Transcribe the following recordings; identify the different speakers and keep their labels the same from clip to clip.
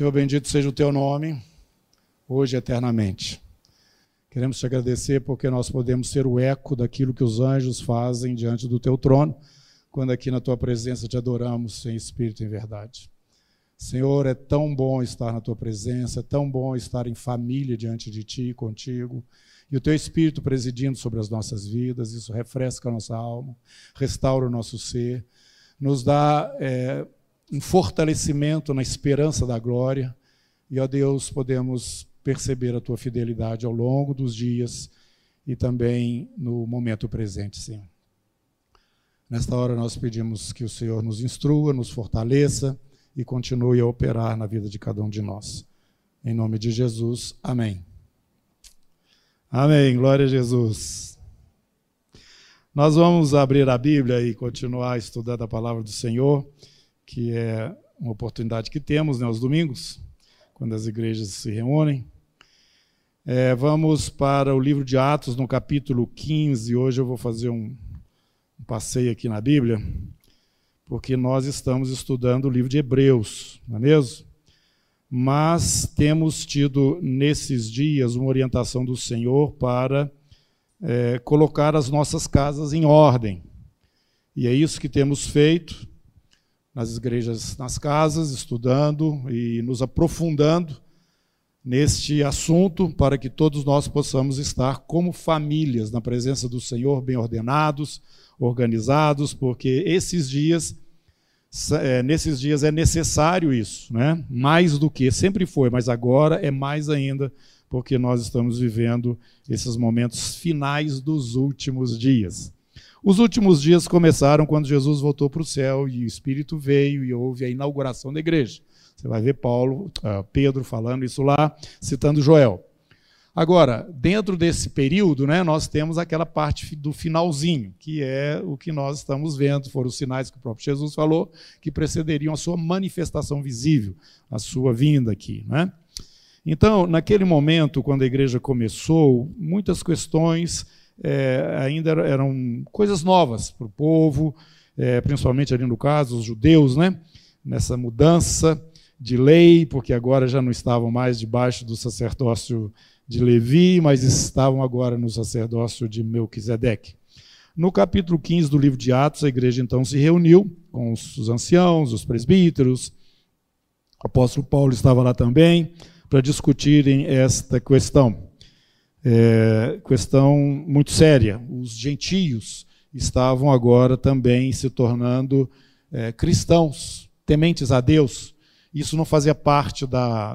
Speaker 1: Senhor, bendito seja o teu nome, hoje e eternamente. Queremos te agradecer porque nós podemos ser o eco daquilo que os anjos fazem diante do teu trono, quando aqui na tua presença te adoramos em espírito e em verdade. Senhor, é tão bom estar na tua presença, é tão bom estar em família diante de ti, contigo, e o teu Espírito presidindo sobre as nossas vidas. Isso refresca a nossa alma, restaura o nosso ser, nos dá um fortalecimento na esperança da glória, e, ó Deus, podemos perceber a tua fidelidade ao longo dos dias e também no momento presente, Senhor. Nesta hora nós pedimos que o Senhor nos instrua, nos fortaleça e continue a operar na vida de cada um de nós. Em nome de Jesus, amém. Amém, glória a Jesus. Nós vamos abrir a Bíblia e continuar estudando a palavra do Senhor, que é uma oportunidade que temos, né, aos domingos, quando as igrejas se reúnem. Vamos para o livro de Atos, no capítulo 15. Hoje eu vou fazer um passeio aqui na Bíblia, porque nós estamos estudando o livro de Hebreus, não é mesmo? Mas temos tido nesses dias uma orientação do Senhor para colocar as nossas casas em ordem. E é isso que temos feito nas igrejas, nas casas, estudando e nos aprofundando neste assunto, para que todos nós possamos estar como famílias na presença do Senhor, bem ordenados, organizados, porque nesses dias é necessário isso, né? Mais do que sempre foi, mas agora é mais ainda, porque nós estamos vivendo esses momentos finais dos últimos dias. Os últimos dias começaram quando Jesus voltou para o céu e o Espírito veio e houve a inauguração da igreja. Você vai ver Pedro falando isso lá, citando Joel. Agora, dentro desse período, né, nós temos aquela parte do finalzinho, que é o que nós estamos vendo, foram os sinais que o próprio Jesus falou, que precederiam a sua manifestação visível, a sua vinda aqui, né? Então, naquele momento, quando a igreja começou, muitas questões ainda eram coisas novas para o povo, principalmente ali no caso, os judeus, né? Nessa mudança de lei, porque agora já não estavam mais debaixo do sacerdócio de Levi, mas estavam agora no sacerdócio de Melquisedeque. No capítulo 15 do livro de Atos, a igreja então se reuniu com os anciãos, os presbíteros, o apóstolo Paulo estava lá também, para discutirem esta questão. Questão muito séria. Os gentios estavam agora também se tornando cristãos, tementes a Deus. Isso não fazia parte da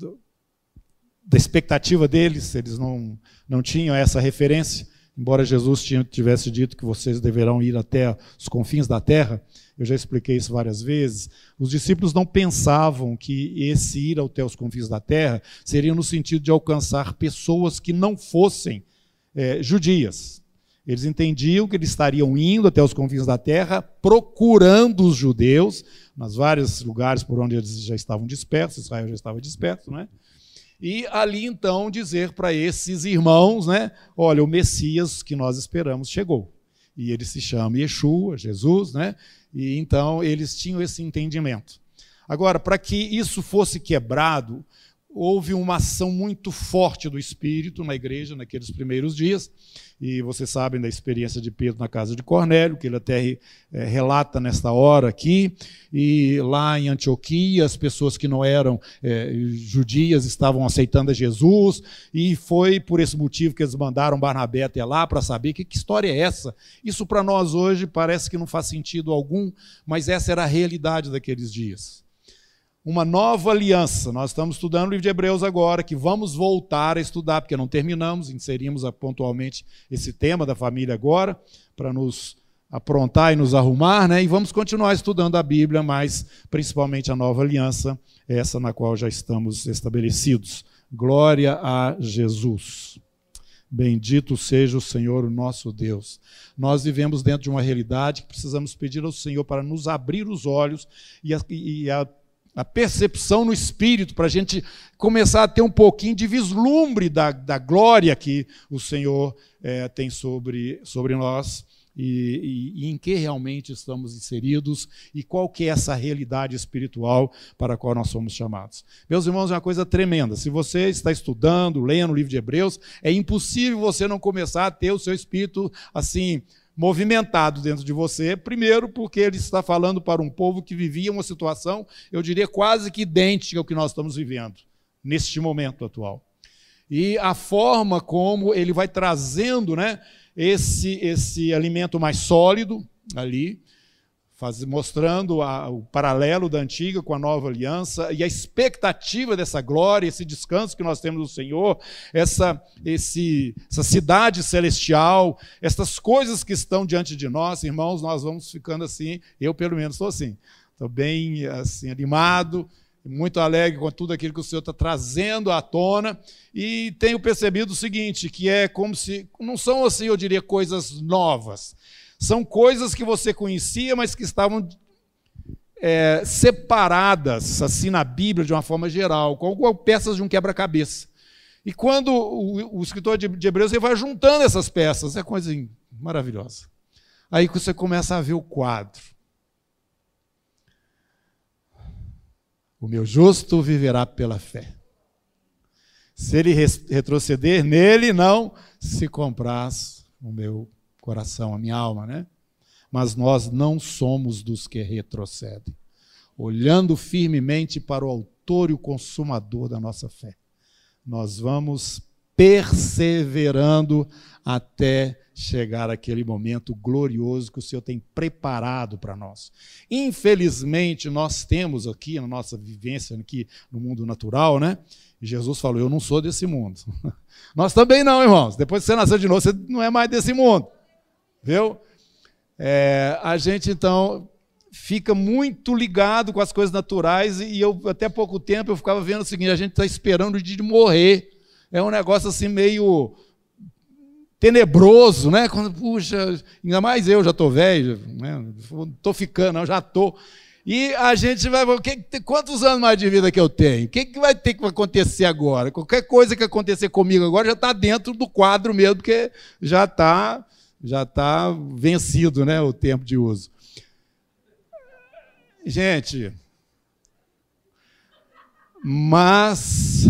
Speaker 1: expectativa deles, eles não tinham essa referência, embora Jesus tivesse dito que vocês deverão ir até os confins da terra. Eu já expliquei isso várias vezes. Os discípulos não pensavam que esse ir até os confins da terra seria no sentido de alcançar pessoas que não fossem judias. Eles entendiam que eles estariam indo até os confins da terra, procurando os judeus, nos vários lugares por onde eles já estavam dispersos, Israel já estava disperso, né? E ali então dizer para esses irmãos, né, olha, o Messias que nós esperamos chegou. E ele se chama Yeshua, Jesus, né? E então eles tinham esse entendimento. Agora, para que isso fosse quebrado, houve uma ação muito forte do Espírito na igreja naqueles primeiros dias, e vocês sabem da experiência de Pedro na casa de Cornélio, que ele até relata nesta hora aqui, e lá em Antioquia as pessoas que não eram judias estavam aceitando a Jesus, e foi por esse motivo que eles mandaram Barnabé até lá para saber que história é essa. Isso para nós hoje parece que não faz sentido algum, mas essa era a realidade daqueles dias. Uma nova aliança. Nós estamos estudando o livro de Hebreus agora, que vamos voltar a estudar, porque não terminamos, inserimos pontualmente esse tema da família agora, para nos aprontar e nos arrumar, né? E vamos continuar estudando a Bíblia, mas principalmente a nova aliança, essa na qual já estamos estabelecidos. Glória a Jesus. Bendito seja o Senhor, o nosso Deus. Nós vivemos dentro de uma realidade que precisamos pedir ao Senhor para nos abrir os olhos e a percepção no espírito, para a gente começar a ter um pouquinho de vislumbre da glória que o Senhor tem sobre nós, e em que realmente estamos inseridos e qual que é essa realidade espiritual para a qual nós somos chamados. Meus irmãos, é uma coisa tremenda. Se você está estudando, lendo o livro de Hebreus, é impossível você não começar a ter o seu espírito assim movimentado dentro de você, primeiro porque ele está falando para um povo que vivia uma situação, eu diria, quase que idêntica ao que nós estamos vivendo neste momento atual. E a forma como ele vai trazendo, né, esse alimento mais sólido ali, mostrando o paralelo da antiga com a nova aliança e a expectativa dessa glória, esse descanso que nós temos no Senhor, essa cidade celestial, essas coisas que estão diante de nós, irmãos, nós vamos ficando assim, eu pelo menos estou assim, estou bem assim, animado, muito alegre com tudo aquilo que o Senhor está trazendo à tona, e tenho percebido o seguinte, que é como se, não são assim, eu diria, coisas novas, são coisas que você conhecia, mas que estavam separadas, assim, na Bíblia, de uma forma geral, como peças de um quebra-cabeça. E quando o escritor de Hebreus ele vai juntando essas peças, é coisa maravilhosa. Aí que você começa a ver o quadro. O meu justo viverá pela fé. Se ele retroceder, nele não se compraz o meu coração, a minha alma, né? Mas nós não somos dos que retrocedem, olhando firmemente para o autor e o consumador da nossa fé. Nós vamos perseverando até chegar àquele momento glorioso que o Senhor tem preparado para nós. Infelizmente, nós temos aqui, na nossa vivência aqui no mundo natural, né? E Jesus falou, eu não sou desse mundo. Nós também não, irmãos. Depois que você nasceu de novo, você não é mais desse mundo. Viu? A gente, então, fica muito ligado com as coisas naturais e eu, até pouco tempo, eu ficava vendo o seguinte, a gente está esperando o dia de morrer. É um negócio assim meio tenebroso, né? Quando, puxa, ainda mais eu já estou velho, né? Estou ficando, não, já estou. E a gente vai, quantos anos mais de vida que eu tenho? O que vai ter que acontecer agora? Qualquer coisa que acontecer comigo agora já está dentro do quadro mesmo, porque já está vencido, né, o tempo de uso. Gente, mas...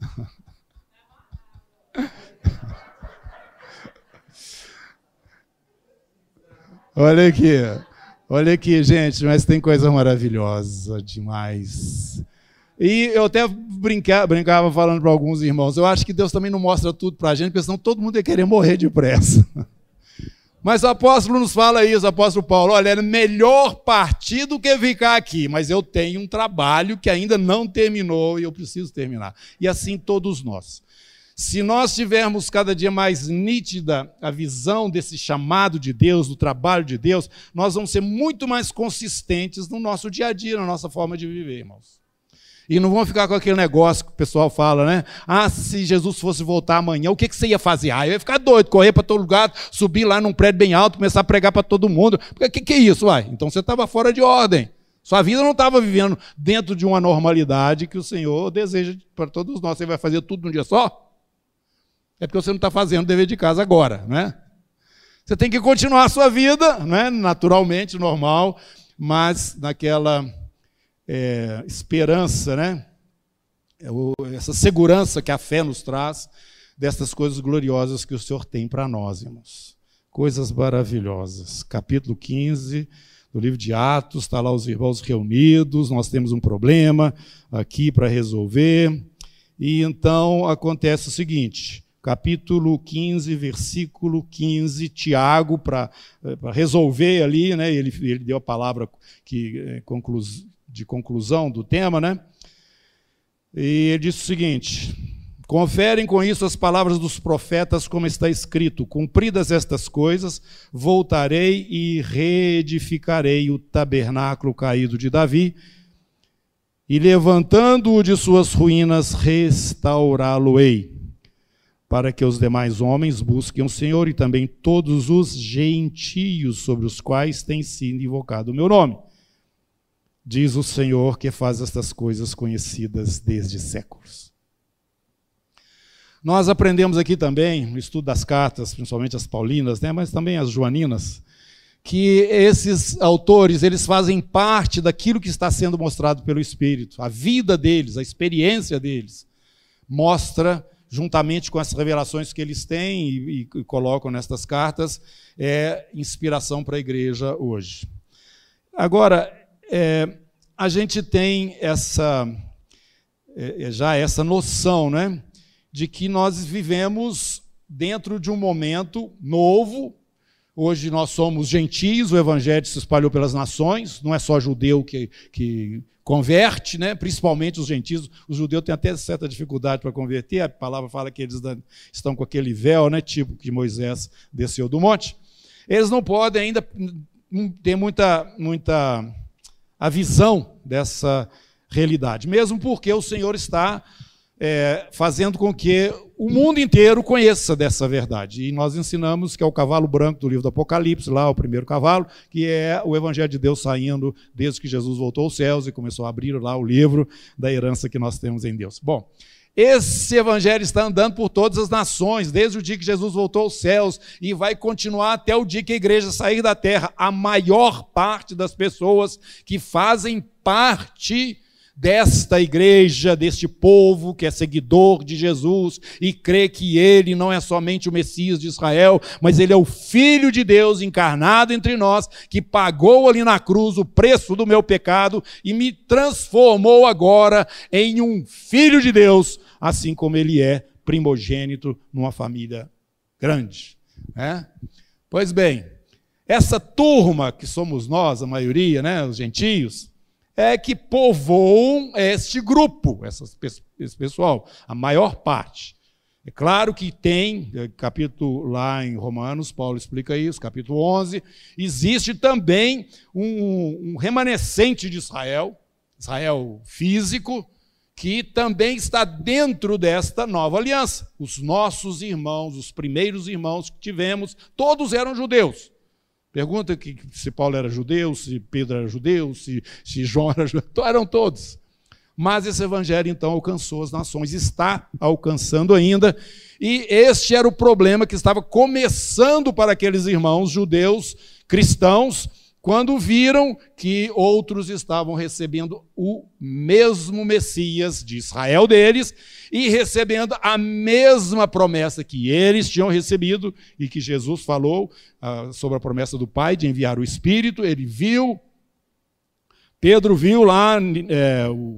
Speaker 1: Olha aqui, gente, mas tem coisa maravilhosa demais. E eu até brincava falando para alguns irmãos, eu acho que Deus também não mostra tudo para a gente, porque senão todo mundo ia querer morrer depressa. Mas o apóstolo nos fala isso, o apóstolo Paulo, olha, é melhor partir do que ficar aqui, mas eu tenho um trabalho que ainda não terminou e eu preciso terminar. E assim todos nós. Se nós tivermos cada dia mais nítida a visão desse chamado de Deus, do trabalho de Deus, nós vamos ser muito mais consistentes no nosso dia a dia, na nossa forma de viver, irmãos. E não vamos ficar com aquele negócio que o pessoal fala, né? Ah, se Jesus fosse voltar amanhã, o que você ia fazer? Ah, eu ia ficar doido, correr para todo lugar, subir lá num prédio bem alto, começar a pregar para todo mundo. O que é isso, uai? Então você estava fora de ordem. Sua vida não estava vivendo dentro de uma normalidade que o Senhor deseja para todos nós. Você vai fazer tudo num dia só? É porque você não está fazendo o dever de casa agora, né? Você tem que continuar a sua vida, né? Naturalmente, normal, mas naquela esperança, né? Essa segurança que a fé nos traz dessas coisas gloriosas que o Senhor tem para nós, irmãos. Coisas maravilhosas. Capítulo 15 do livro de Atos, está lá os irmãos reunidos, nós temos um problema aqui para resolver. E então acontece o seguinte, capítulo 15, versículo 15, Tiago, para resolver ali, né? Ele deu a palavra de conclusão do tema, né? E ele disse o seguinte, conferem com isso as palavras dos profetas, como está escrito, cumpridas estas coisas, voltarei e reedificarei o tabernáculo caído de Davi, e levantando-o de suas ruínas, restaurá-lo-ei, para que os demais homens busquem o Senhor e também todos os gentios sobre os quais tem sido invocado o meu nome. Diz o Senhor que faz estas coisas conhecidas desde séculos. Nós aprendemos aqui também, no estudo das cartas, principalmente as paulinas, né, mas também as joaninas, que esses autores, eles fazem parte daquilo que está sendo mostrado pelo Espírito. A vida deles, a experiência deles, mostra, juntamente com as revelações que eles têm e colocam nestas cartas, inspiração para a igreja hoje. Agora, a gente tem já essa noção, né, de que nós vivemos dentro de um momento novo. Hoje nós somos gentios, o evangelho se espalhou pelas nações, não é só judeu que converte, né? Principalmente os gentios. Os judeus têm até certa dificuldade para converter, a palavra fala que eles estão com aquele véu, né, tipo que Moisés desceu do monte. Eles não podem ainda ter muita a visão dessa realidade, mesmo porque o Senhor está fazendo com que o mundo inteiro conheça dessa verdade. E nós ensinamos que é o cavalo branco do livro do Apocalipse, lá o primeiro cavalo, que é o Evangelho de Deus saindo desde que Jesus voltou aos céus e começou a abrir lá o livro da herança que nós temos em Deus. Bom, esse Evangelho está andando por todas as nações, desde o dia que Jesus voltou aos céus, e vai continuar até o dia que a igreja sair da terra. A maior parte das pessoas que fazem parte desta igreja, deste povo que é seguidor de Jesus e crê que ele não é somente o Messias de Israel, mas ele é o Filho de Deus encarnado entre nós, que pagou ali na cruz o preço do meu pecado e me transformou agora em um Filho de Deus, assim como ele é primogênito numa família grande. Pois bem, essa turma que somos nós, a maioria, né, os gentios, que povoam este grupo, esse pessoal, a maior parte. É claro que tem, capítulo lá em Romanos, Paulo explica isso, capítulo 11, existe também um remanescente de Israel físico, que também está dentro desta nova aliança. Os nossos irmãos, os primeiros irmãos que tivemos, todos eram judeus. Pergunta se Paulo era judeu, se Pedro era judeu, se João era judeu, eram todos. Mas esse evangelho, então, alcançou as nações, está alcançando ainda, e este era o problema que estava começando para aqueles irmãos judeus, cristãos, quando viram que outros estavam recebendo o mesmo Messias de Israel deles e recebendo a mesma promessa que eles tinham recebido e que Jesus falou sobre a promessa do Pai de enviar o Espírito. Ele viu, Pedro viu lá o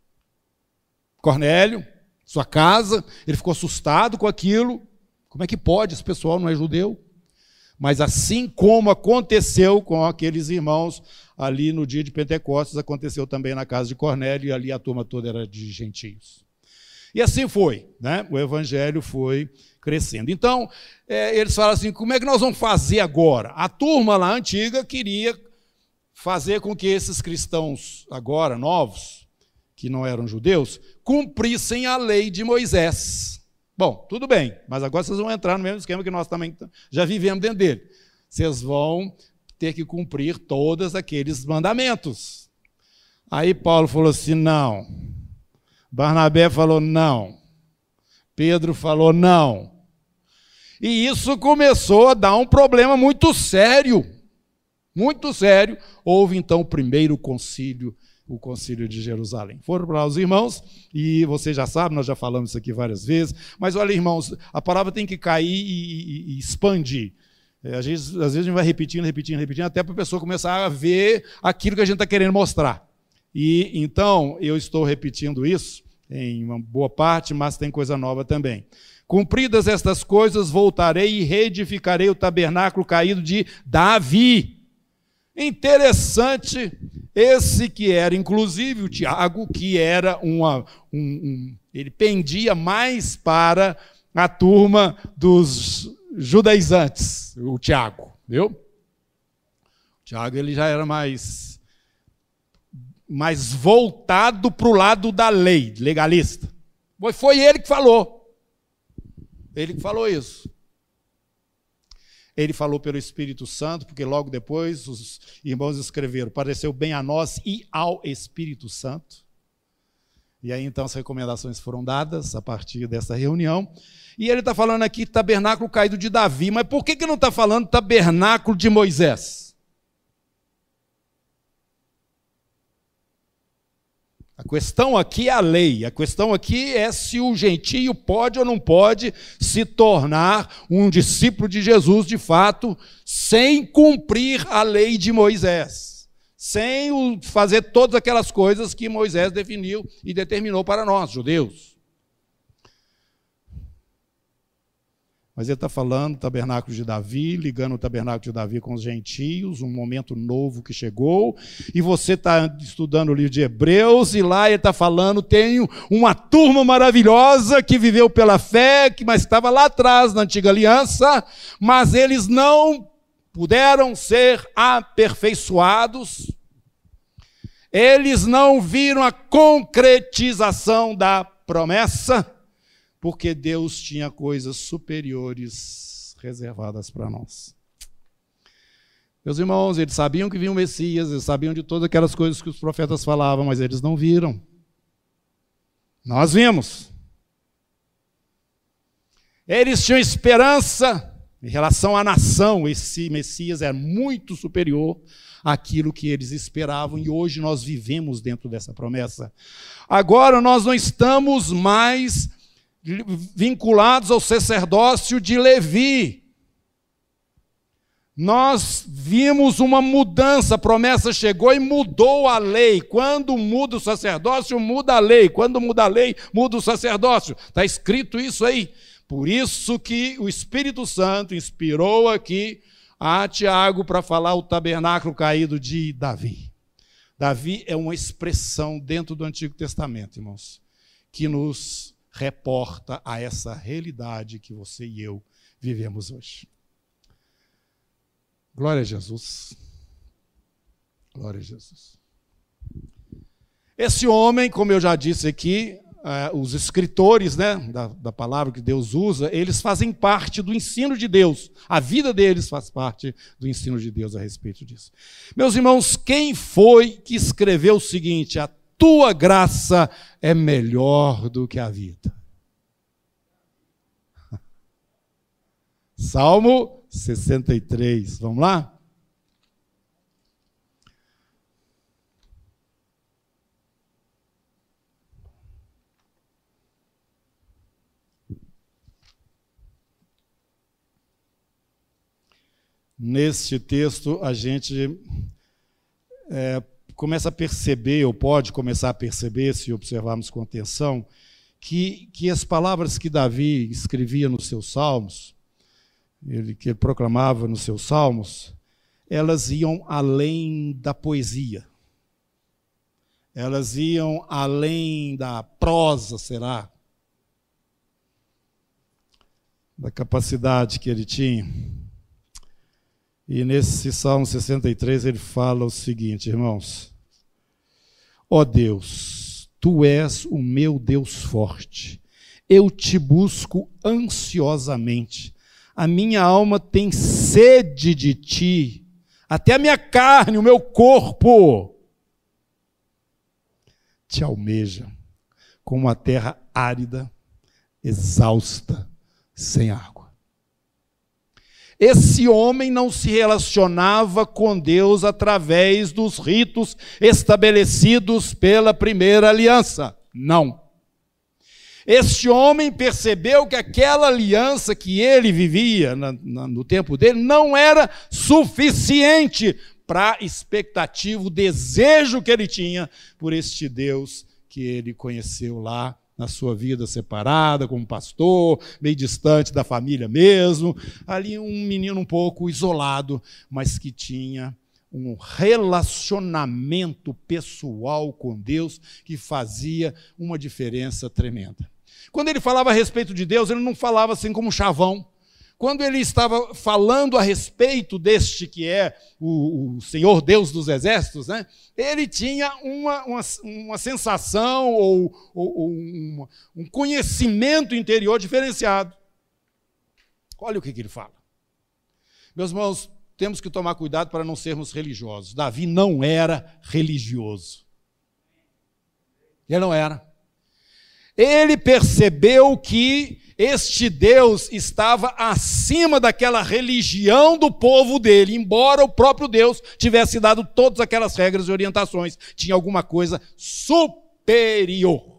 Speaker 1: Cornélio, sua casa, ele ficou assustado com aquilo. Como é que pode? Esse pessoal não é judeu? Mas assim como aconteceu com aqueles irmãos ali no dia de Pentecostes, aconteceu também na casa de Cornélio, e ali a turma toda era de gentios. E assim foi, né? O evangelho foi crescendo. Então, eles falam assim, como é que nós vamos fazer agora? A turma lá antiga queria fazer com que esses cristãos agora, novos, que não eram judeus, cumprissem a lei de Moisés. Bom, tudo bem, mas agora vocês vão entrar no mesmo esquema que nós também já vivemos dentro dele. Vocês vão ter que cumprir todos aqueles mandamentos. Aí Paulo falou assim, não. Barnabé falou não. Pedro falou não. E isso começou a dar um problema muito sério. Muito sério. Houve então o primeiro concílio, o concílio de Jerusalém. Foram para lá os irmãos, e você já sabe, nós já falamos isso aqui várias vezes, mas olha, irmãos, a palavra tem que cair e expandir. Às vezes a gente vai repetindo, até para a pessoa começar a ver aquilo que a gente está querendo mostrar. E então, eu estou repetindo isso em uma boa parte, mas tem coisa nova também. Cumpridas estas coisas, voltarei e reedificarei o tabernáculo caído de Davi. Interessante, esse que era, inclusive, o Tiago, que era ele pendia mais para a turma dos judaizantes, o Tiago, viu? O Tiago, ele já era mais voltado para o lado da lei, legalista. Foi ele que falou. Ele que falou isso. Ele falou pelo Espírito Santo, porque logo depois os irmãos escreveram, pareceu bem a nós e ao Espírito Santo. E aí então as recomendações foram dadas a partir dessa reunião. E ele está falando aqui tabernáculo caído de Davi, mas por que não está falando tabernáculo de Moisés? A questão aqui é a lei, a questão aqui é se o gentio pode ou não pode se tornar um discípulo de Jesus de fato, sem cumprir a lei de Moisés, sem fazer todas aquelas coisas que Moisés definiu e determinou para nós, judeus. Mas ele está falando do tabernáculo de Davi, ligando o tabernáculo de Davi com os gentios, um momento novo que chegou, e você está estudando o livro de Hebreus, e lá ele está falando, tem uma turma maravilhosa que viveu pela fé, mas estava lá atrás na antiga aliança, mas eles não puderam ser aperfeiçoados, eles não viram a concretização da promessa, porque Deus tinha coisas superiores reservadas para nós. Meus irmãos, eles sabiam que vinha o Messias, eles sabiam de todas aquelas coisas que os profetas falavam, mas eles não viram. Nós vimos. Eles tinham esperança em relação à nação. Esse Messias é muito superior àquilo que eles esperavam, e hoje nós vivemos dentro dessa promessa. Agora nós não estamos mais vinculados ao sacerdócio de Levi. Nós vimos uma mudança, a promessa chegou e mudou a lei. Quando muda o sacerdócio, muda a lei. Quando muda a lei, muda o sacerdócio. Está escrito isso aí. Por isso que o Espírito Santo inspirou aqui a Tiago para falar o tabernáculo caído de Davi. Davi é uma expressão dentro do Antigo Testamento, irmãos, que nos reporta a essa realidade que você e eu vivemos hoje. Glória a Jesus. Glória a Jesus. Esse homem, como eu já disse aqui, os escritores, né, da palavra que Deus usa, eles fazem parte do ensino de Deus. A vida deles faz parte do ensino de Deus a respeito disso. Meus irmãos, quem foi que escreveu o seguinte: a tua graça é melhor do que a vida? Salmo 63, vamos lá? Neste texto, a gente começa a perceber, ou pode começar a perceber, se observarmos com atenção, que as palavras que Davi escrevia nos seus salmos, que ele proclamava nos seus salmos, elas iam além da poesia. Elas iam além da prosa, será? Da capacidade que ele tinha. E nesse Salmo 63 ele fala o seguinte, irmãos: ó Deus, tu és o meu Deus forte, eu te busco ansiosamente, a minha alma tem sede de ti, até a minha carne, o meu corpo te almeja, como a terra árida, exausta, sem água. Esse homem não se relacionava com Deus através dos ritos estabelecidos pela primeira aliança. Não. Este homem percebeu que aquela aliança que ele vivia no tempo dele não era suficiente para a expectativa, o desejo que ele tinha por este Deus que ele conheceu lá na sua vida separada, como pastor, meio distante da família mesmo, ali um menino um pouco isolado, mas que tinha um relacionamento pessoal com Deus que fazia uma diferença tremenda. Quando ele falava a respeito de Deus, ele não falava assim como chavão. Quando ele estava falando a respeito deste que é o Senhor Deus dos Exércitos, né, ele tinha uma sensação ou um conhecimento interior diferenciado. Olha o que ele fala. Meus irmãos, temos que tomar cuidado para não sermos religiosos. Davi não era religioso. Ele não era. Ele percebeu que este Deus estava acima daquela religião do povo dele, embora o próprio Deus tivesse dado todas aquelas regras e orientações. Tinha alguma coisa superior superior.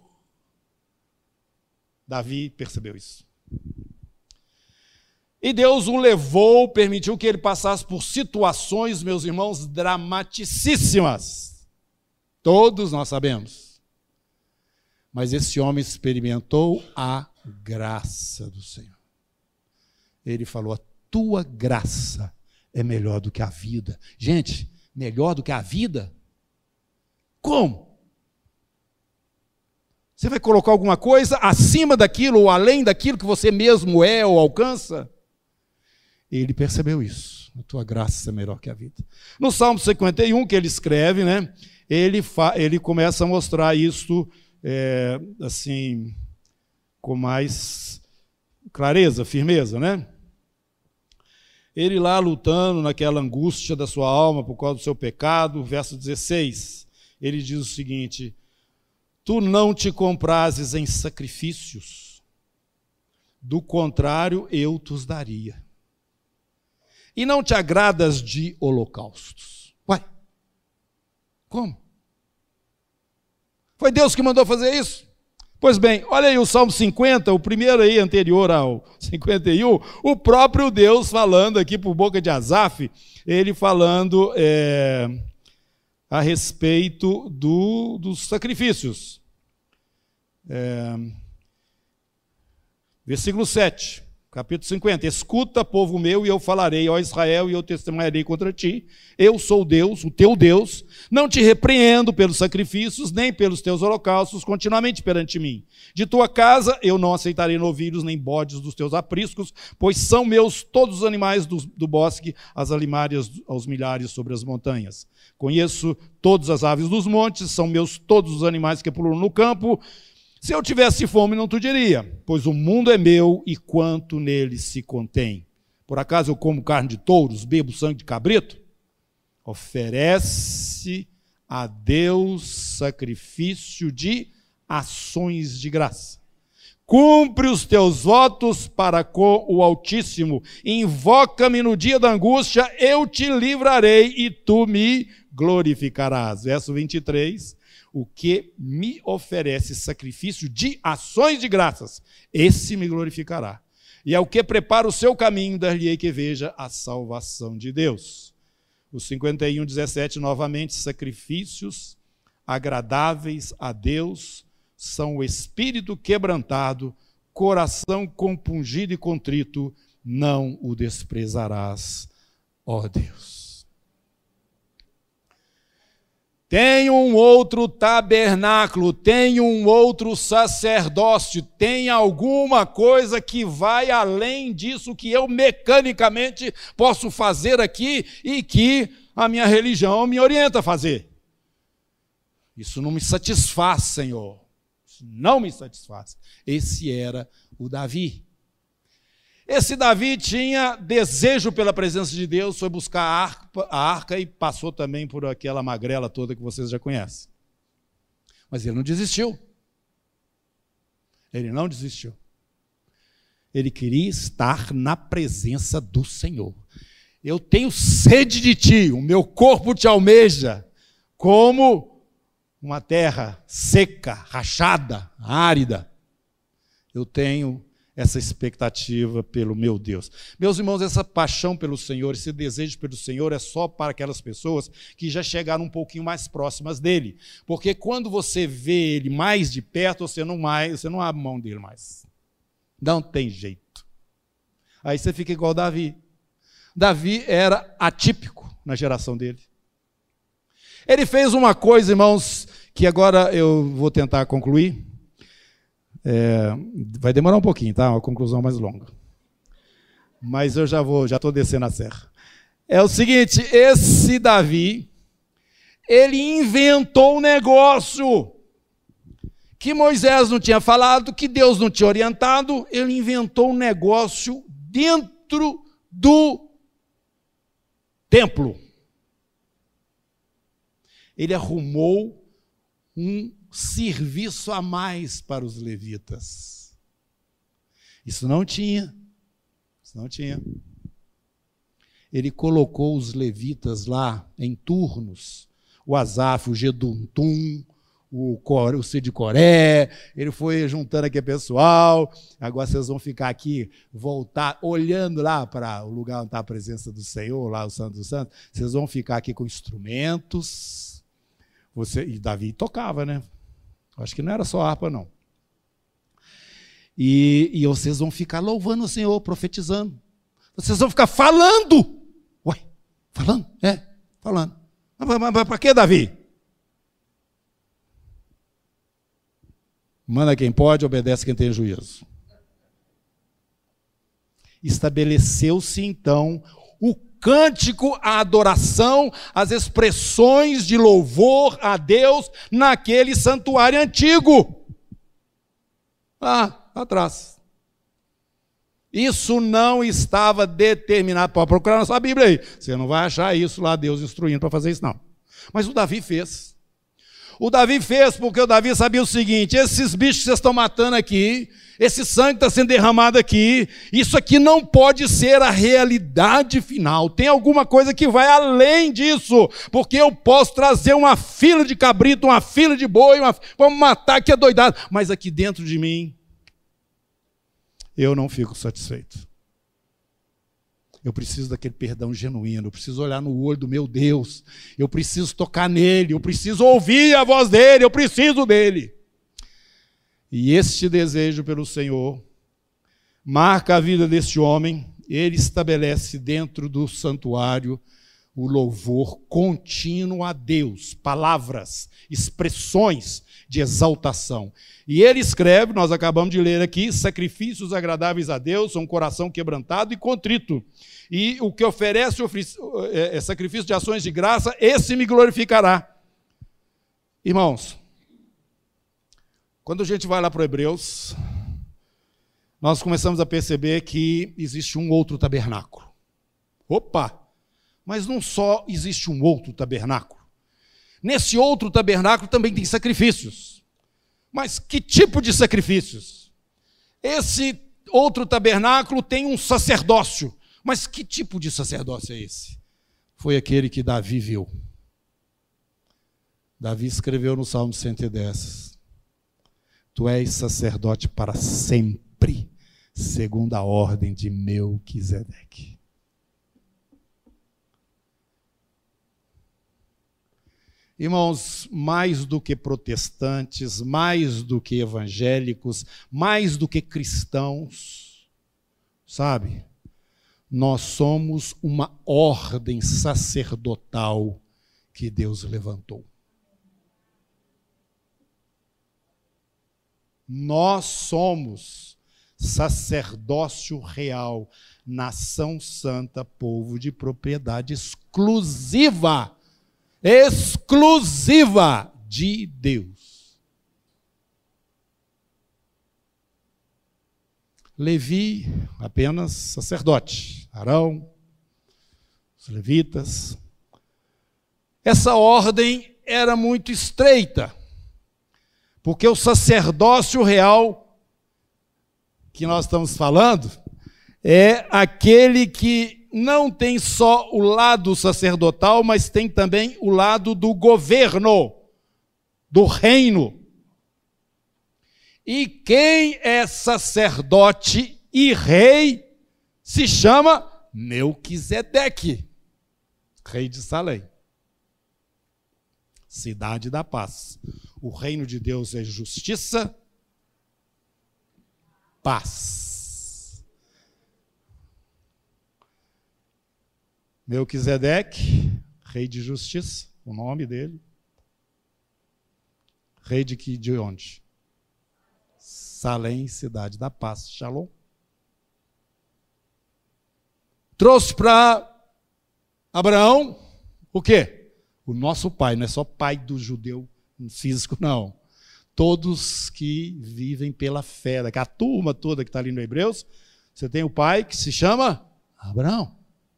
Speaker 1: Davi percebeu isso. E Deus o levou, permitiu que ele passasse por situações, meus irmãos, dramaticíssimas. Todos nós sabemos. Mas esse homem experimentou a graça do Senhor. Ele falou, a tua graça é melhor do que a vida. Gente, melhor do que a vida? Como? Você vai colocar alguma coisa acima daquilo ou além daquilo que você mesmo é ou alcança? Ele percebeu isso. A tua graça é melhor que a vida. No Salmo 51, que ele escreve, né, ele começa a mostrar isso assim, com mais clareza, firmeza, né? Ele lá lutando naquela angústia da sua alma por causa do seu pecado, verso 16, ele diz o seguinte, tu não te comprases em sacrifícios, do contrário eu te daria. E não te agradas de holocaustos. Uai, como? Foi Deus que mandou fazer isso? Pois bem, olha aí o Salmo 50, o primeiro aí anterior ao 51, o próprio Deus falando aqui por boca de Asaf, ele falando a respeito dos sacrifícios. Versículo 7. Capítulo 50, escuta, povo meu, e eu falarei, ó Israel, e eu testemunharei contra ti. Eu sou Deus, o teu Deus, não te repreendo pelos sacrifícios, nem pelos teus holocaustos, continuamente perante mim. De tua casa eu não aceitarei novilhos, nem bodes dos teus apriscos, pois são meus todos os animais do bosque, as alimárias aos milhares sobre as montanhas. Conheço todas as aves dos montes, são meus todos os animais que pulam no campo. Se eu tivesse fome, não te diria, pois o mundo é meu e quanto nele se contém. Por acaso eu como carne de touros, bebo sangue de cabrito? Oferece a Deus sacrifício de ações de graça. Cumpre os teus votos para com o Altíssimo. Invoca-me no dia da angústia, eu te livrarei e tu me glorificarás. Verso 23. O que me oferece sacrifício de ações de graças, esse me glorificará. E ao que prepara o seu caminho, dar-lhe-ei que veja a salvação de Deus. O 51, 17, novamente, sacrifícios agradáveis a Deus são o espírito quebrantado, coração compungido e contrito, não o desprezarás, ó Deus. Tem um outro tabernáculo, tem um outro sacerdócio, tem alguma coisa que vai além disso que eu mecanicamente posso fazer aqui e que a minha religião me orienta a fazer. Isso não me satisfaz, Senhor. Isso não me satisfaz. Esse era o Davi. Esse Davi tinha desejo pela presença de Deus, foi buscar a arca e passou também por aquela magrela toda que vocês já conhecem. Mas ele não desistiu. Ele não desistiu. Ele queria estar na presença do Senhor. Eu tenho sede de ti, o meu corpo te almeja, como uma terra seca, rachada, árida. Eu tenho essa expectativa pelo meu Deus. Meus irmãos, essa paixão pelo Senhor, esse desejo pelo Senhor é só para aquelas pessoas que já chegaram um pouquinho mais próximas dele. Porque quando você vê ele mais de perto, você não abre mão dele mais. Não tem jeito. Aí você fica igual Davi. Davi era atípico na geração dele. Ele fez uma coisa, irmãos, que agora eu vou tentar concluir. Vai demorar um pouquinho, tá? Uma conclusão mais longa. Mas eu já estou descendo a serra. É o seguinte, esse Davi, ele inventou um negócio que Moisés não tinha falado, que Deus não tinha orientado, ele inventou um negócio dentro do templo. Ele arrumou um serviço a mais para os levitas. Isso não tinha. Ele colocou os levitas lá em turnos. O Asaf, o Geduntum, o Cid Coré, ele foi juntando aqui pessoal. Agora vocês vão ficar aqui, voltar, olhando lá para o lugar onde está a presença do Senhor, lá o Santo dos Santos. Vocês vão ficar aqui com instrumentos. E Davi tocava, né? Acho que não era só harpa, não. E vocês vão ficar louvando o Senhor, profetizando. Vocês vão ficar falando. Ué, falando? Falando. Mas para que, Davi? Manda quem pode, obedece quem tem juízo. Estabeleceu-se, então, o cântico, a adoração, as expressões de louvor a Deus naquele santuário antigo. Lá atrás. Isso não estava determinado. Pode procurar na sua Bíblia aí. Você não vai achar isso lá, Deus instruindo para fazer isso, não. Mas o Davi fez. O Davi fez porque o Davi sabia o seguinte: esses bichos que vocês estão matando aqui, esse sangue está sendo derramado aqui, isso aqui não pode ser a realidade final. Tem alguma coisa que vai além disso, porque eu posso trazer uma fila de cabrito, uma fila de boi, vamos matar que é doidado, mas aqui dentro de mim, eu não fico satisfeito. Eu preciso daquele perdão genuíno, eu preciso olhar no olho do meu Deus, eu preciso tocar nele, eu preciso ouvir a voz dele, eu preciso dele. E este desejo pelo Senhor marca a vida deste homem. Ele estabelece dentro do santuário o louvor contínuo a Deus, palavras, expressões de exaltação. E ele escreve, nós acabamos de ler aqui, sacrifícios agradáveis a Deus, são um coração quebrantado e contrito. E o que oferece sacrifício de ações de graça, esse me glorificará. Irmãos, quando a gente vai lá para o Hebreus, nós começamos a perceber que existe um outro tabernáculo. Opa! Mas não só existe um outro tabernáculo. Nesse outro tabernáculo também tem sacrifícios. Mas que tipo de sacrifícios? Esse outro tabernáculo tem um sacerdócio. Mas que tipo de sacerdócio é esse? Foi aquele que Davi viu. Davi escreveu no Salmo 110: Tu és sacerdote para sempre, segundo a ordem de Melquisedeque. Irmãos, mais do que protestantes, mais do que evangélicos, mais do que cristãos, sabe? Nós somos uma ordem sacerdotal que Deus levantou. Nós somos sacerdócio real, nação santa, povo de propriedade exclusiva de Deus. Levi, apenas sacerdote. Arão, os levitas. Essa ordem era muito estreita, porque o sacerdócio real que nós estamos falando é aquele que não tem só o lado sacerdotal, mas tem também o lado do governo, do reino. E quem é sacerdote e rei se chama Melquisedeque, rei de Salém. Cidade da paz. O reino de Deus é justiça, paz. Melquisedeque, rei de justiça, o nome dele. Rei de onde? Salém, cidade da paz, Shalom. Trouxe para Abraão o quê? O nosso pai, não é só pai do judeu físico, não. Todos que vivem pela fé, a turma toda que está ali no Hebreus, você tem o pai que se chama Abraão.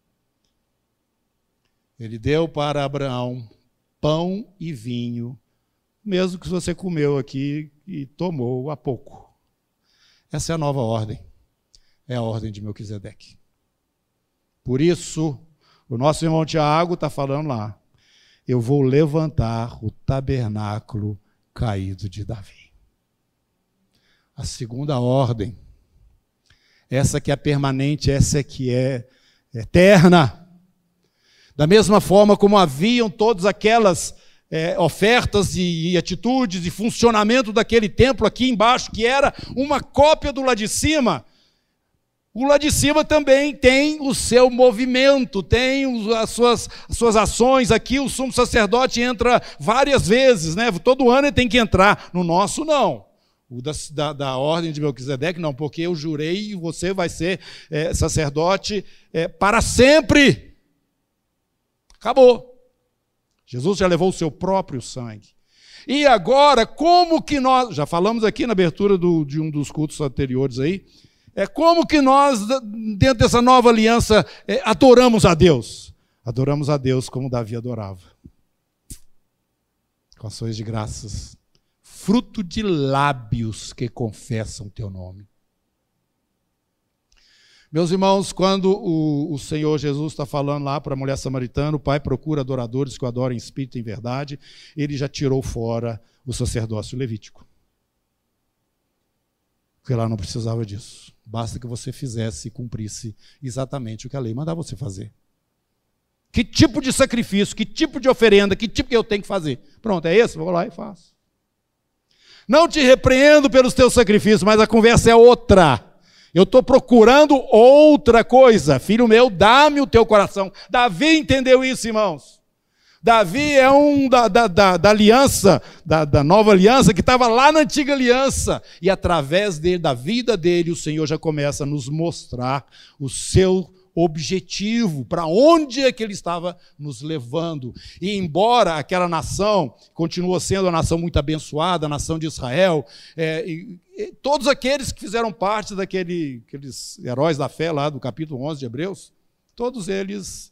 Speaker 1: Ele deu para Abraão pão e vinho, mesmo que você comeu aqui e tomou há pouco. Essa é a nova ordem, é a ordem de Melquisedeque. Por isso, o nosso irmão Tiago está falando lá, eu vou levantar o tabernáculo caído de Davi. A segunda ordem, essa que é permanente, essa que é eterna. Da mesma forma como haviam todas aquelas ofertas e atitudes e funcionamento daquele templo aqui embaixo, que era uma cópia do lá de cima, o lá de cima também tem o seu movimento, tem as suas ações. Aqui o sumo sacerdote entra várias vezes, né? Todo ano ele tem que entrar. No nosso, não. O da ordem de Melquisedeque, não, porque eu jurei e você vai ser sacerdote para sempre. Acabou. Jesus já levou o seu próprio sangue. E agora, como que nós... Já falamos aqui na abertura de um dos cultos anteriores aí, como que nós, dentro dessa nova aliança, adoramos a Deus? Adoramos a Deus como Davi adorava. Com ações de graças. Fruto de lábios que confessam teu nome. Meus irmãos, quando o Senhor Jesus está falando lá para a mulher samaritana, o Pai procura adoradores que o adorem em espírito e em verdade, ele já tirou fora o sacerdócio levítico. Porque lá não precisava disso. Basta que você fizesse e cumprisse exatamente o que a lei mandava você fazer. Que tipo de sacrifício, que tipo de oferenda, que tipo que eu tenho que fazer? Pronto, é esse? Vou lá e faço. Não te repreendo pelos teus sacrifícios, mas a conversa é outra. Eu estou procurando outra coisa. Filho meu, dá-me o teu coração. Davi entendeu isso, irmãos. Davi é da aliança, da nova aliança, que estava lá na antiga aliança. E através dele, da vida dele, o Senhor já começa a nos mostrar o seu objetivo, para onde é que ele estava nos levando. E embora aquela nação continua sendo uma nação muito abençoada, a nação de Israel, e todos aqueles que fizeram parte aqueles heróis da fé lá do capítulo 11 de Hebreus, todos eles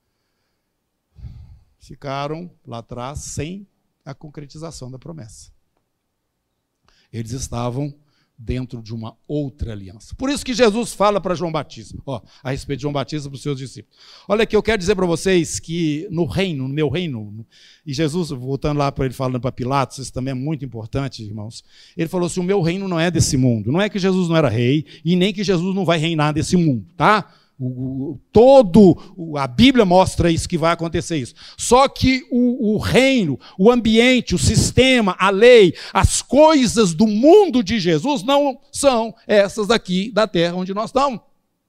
Speaker 1: ficaram lá atrás sem a concretização da promessa. Eles estavam dentro de uma outra aliança. Por isso que Jesus fala para João Batista, a respeito de João Batista para os seus discípulos. Olha aqui, eu quero dizer para vocês que no meu reino, e Jesus, voltando lá para ele falando para Pilatos, isso também é muito importante, irmãos, ele falou assim, o meu reino não é desse mundo. Não é que Jesus não era rei, e nem que Jesus não vai reinar desse mundo, tá? A Bíblia mostra isso, que vai acontecer isso. Só que o reino, o ambiente, o sistema, a lei, as coisas do mundo de Jesus não são essas daqui da terra onde nós estamos.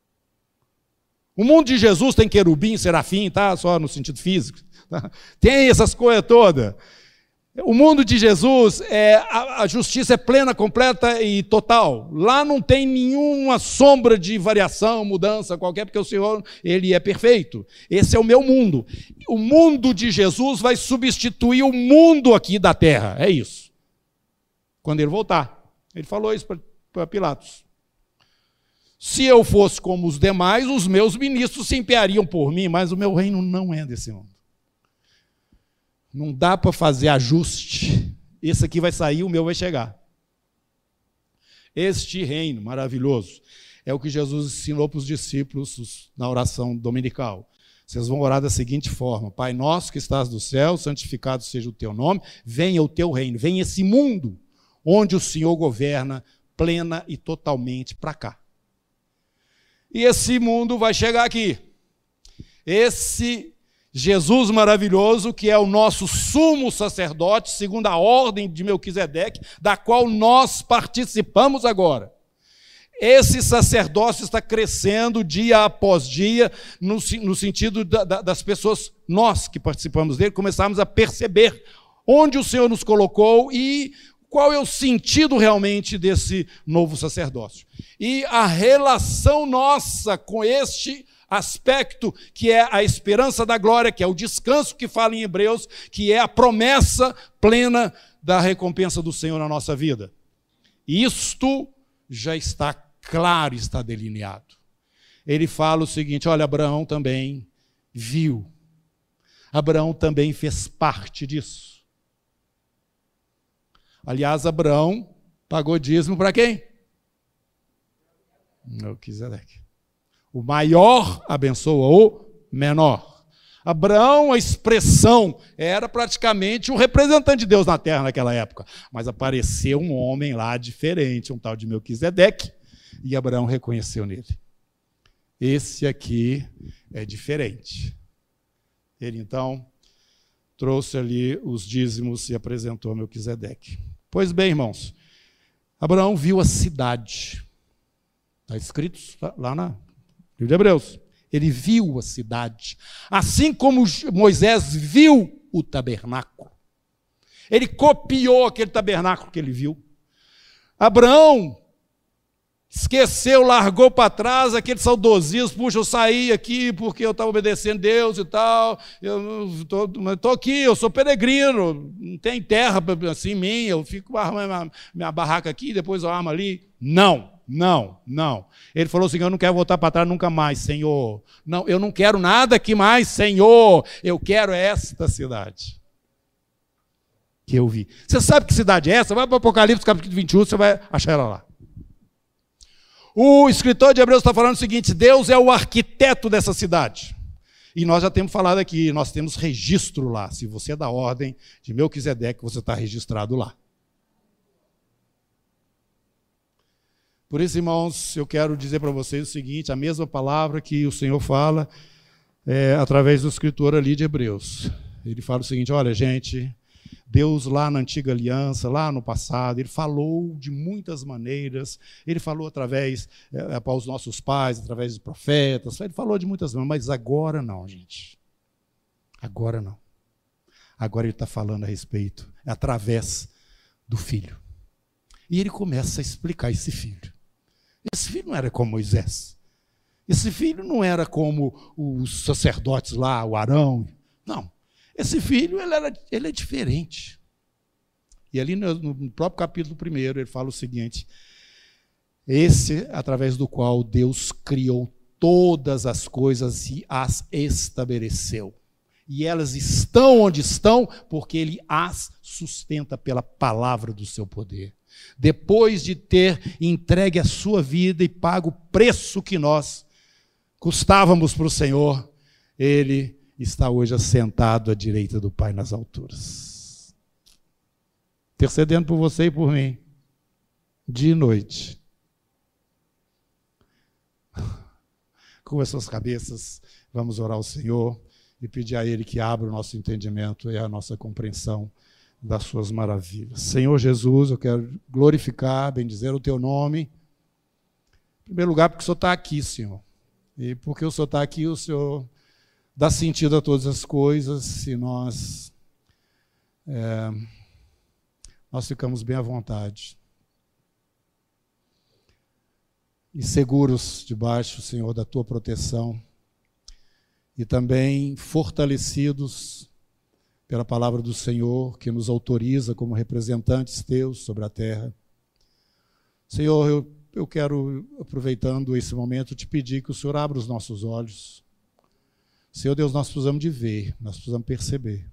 Speaker 1: O mundo de Jesus tem querubim, serafim, tá? Só no sentido físico. Tá? Tem essas coisas todas. O mundo de Jesus, a justiça é plena, completa e total. Lá não tem nenhuma sombra de variação, mudança qualquer, porque o Senhor, ele é perfeito. Esse é o meu mundo. O mundo de Jesus vai substituir o mundo aqui da terra. É isso. Quando ele voltar. Ele falou isso para Pilatos. Se eu fosse como os demais, os meus ministros se empenhariam por mim, mas o meu reino não é desse mundo. Não dá para fazer ajuste. Esse aqui vai sair, o meu vai chegar. Este reino maravilhoso é o que Jesus ensinou para os discípulos na oração dominical. Vocês vão orar da seguinte forma: Pai nosso que estás no céu, santificado seja o teu nome, venha o teu reino, venha esse mundo onde o Senhor governa plena e totalmente para cá. E esse mundo vai chegar aqui. Esse Jesus maravilhoso, que é o nosso sumo sacerdote, segundo a ordem de Melquisedeque, da qual nós participamos agora. Esse sacerdócio está crescendo dia após dia, no sentido das pessoas, nós que participamos dele, começarmos a perceber onde o Senhor nos colocou e qual é o sentido realmente desse novo sacerdócio. E a relação nossa com este aspecto, que é a esperança da glória, que é o descanso que fala em Hebreus, que é a promessa plena da recompensa do Senhor na nossa vida. Isto já está claro, está delineado. Ele fala o seguinte, olha, Abraão também viu. Abraão também fez parte disso. Aliás, Abraão pagou dízimo para quem? Melquisedeque. O maior abençoa o menor. Abraão, a expressão, era praticamente um representante de Deus na terra naquela época. Mas apareceu um homem lá diferente, um tal de Melquisedeque, e Abraão reconheceu nele. Esse aqui é diferente. Ele, então, trouxe ali os dízimos e apresentou a Melquisedeque. Pois bem, irmãos, Abraão viu a cidade. Está escrito lá na Bíblia de Hebreus. Ele viu a cidade, assim como Moisés viu o tabernáculo. Ele copiou aquele tabernáculo que ele viu. Abraão esqueceu, largou para trás aquele saudosismo. Puxa, eu saí aqui porque eu estava obedecendo a Deus e tal. Eu estou aqui, eu sou peregrino, não tem terra assim minha, eu fico armando minha barraca aqui e depois eu armo ali. Não. Ele falou assim, eu não quero voltar para trás nunca mais, Senhor. Não, eu não quero nada aqui mais, Senhor. Eu quero esta cidade que eu vi. Você sabe que cidade é essa? Vai para o Apocalipse, capítulo 21, você vai achar ela lá. O escritor de Hebreus está falando o seguinte, Deus é o arquiteto dessa cidade. E nós já temos falado aqui, nós temos registro lá. Se você é da ordem de Melquisedeque, você está registrado lá. Por isso, irmãos, eu quero dizer para vocês o seguinte, a mesma palavra que o Senhor fala através do escritor ali de Hebreus. Ele fala o seguinte, olha, gente, Deus lá na antiga aliança, lá no passado, Ele falou de muitas maneiras, Ele falou através para os nossos pais, através dos profetas, Ele falou de muitas maneiras, mas agora não, gente. Agora não. Agora Ele está falando a respeito, através do Filho. E Ele começa a explicar esse Filho. Esse filho não era como Moisés. Esse filho não era como os sacerdotes lá, o Arão. Não. Esse filho, ele é diferente. E ali no próprio capítulo 1, ele fala o seguinte, esse através do qual Deus criou todas as coisas e as estabeleceu. E elas estão onde estão porque Ele as sustenta pela palavra do seu poder. Depois de ter entregue a sua vida e pago o preço que nós custávamos para o Senhor, Ele está hoje assentado à direita do Pai nas alturas, intercedendo por você e por mim, dia e noite. Com as suas cabeças, vamos orar ao Senhor e pedir a Ele que abra o nosso entendimento e a nossa compreensão das suas maravilhas. Senhor Jesus, eu quero glorificar, bendizer o Teu nome, em primeiro lugar porque o Senhor está aqui, Senhor, e porque o Senhor está aqui, o Senhor dá sentido a todas as coisas, se nós ficamos bem à vontade e seguros debaixo, Senhor, da Tua proteção e também fortalecidos pela palavra do Senhor, que nos autoriza como representantes Teus sobre a terra. Senhor, eu quero, aproveitando esse momento, te pedir que o Senhor abra os nossos olhos. Senhor Deus, nós precisamos de ver, nós precisamos perceber.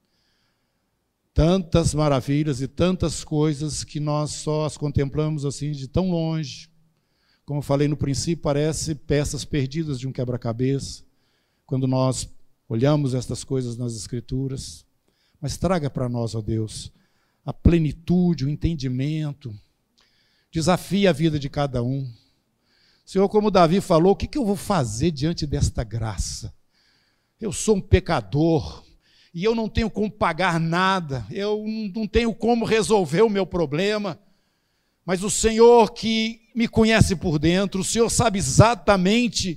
Speaker 1: Tantas maravilhas e tantas coisas que nós só as contemplamos assim de tão longe. Como eu falei no princípio, parece peças perdidas de um quebra-cabeça, quando nós olhamos estas coisas nas Escrituras. Mas traga para nós, ó Deus, a plenitude, o entendimento, desafia a vida de cada um. Senhor, como Davi falou, o que eu vou fazer diante desta graça? Eu sou um pecador e eu não tenho como pagar nada, eu não tenho como resolver o meu problema, mas o Senhor que me conhece por dentro, o Senhor sabe exatamente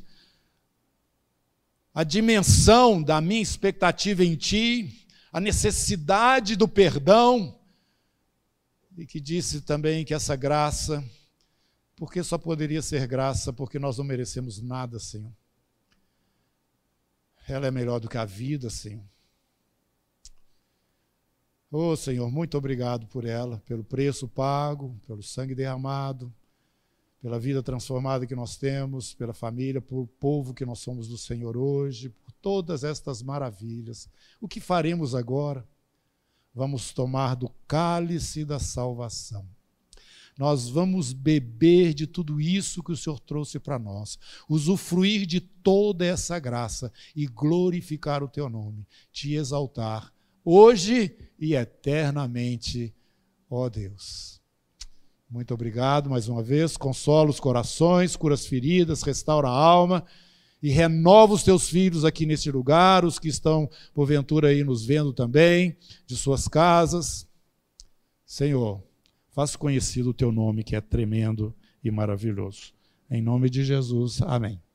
Speaker 1: a dimensão da minha expectativa em Ti, a necessidade do perdão, e que disse também que essa graça, porque só poderia ser graça, porque nós não merecemos nada, Senhor. Ela é melhor do que a vida, Senhor. Oh, Senhor, muito obrigado por ela, pelo preço pago, pelo sangue derramado, pela vida transformada que nós temos, pela família, pelo povo que nós somos do Senhor hoje, por todas estas maravilhas. O que faremos agora? Vamos tomar do cálice da salvação. nós vamos beber de tudo isso que o Senhor trouxe para nós, usufruir de toda essa graça e glorificar o teu nome, te exaltar hoje e eternamente, ó Deus. Muito obrigado mais uma vez, consola os corações, cura as feridas, restaura a alma e renova os teus filhos aqui neste lugar, os que estão porventura aí nos vendo também, de suas casas. Senhor, faça conhecido o teu nome, que é tremendo e maravilhoso. Em nome de Jesus, amém.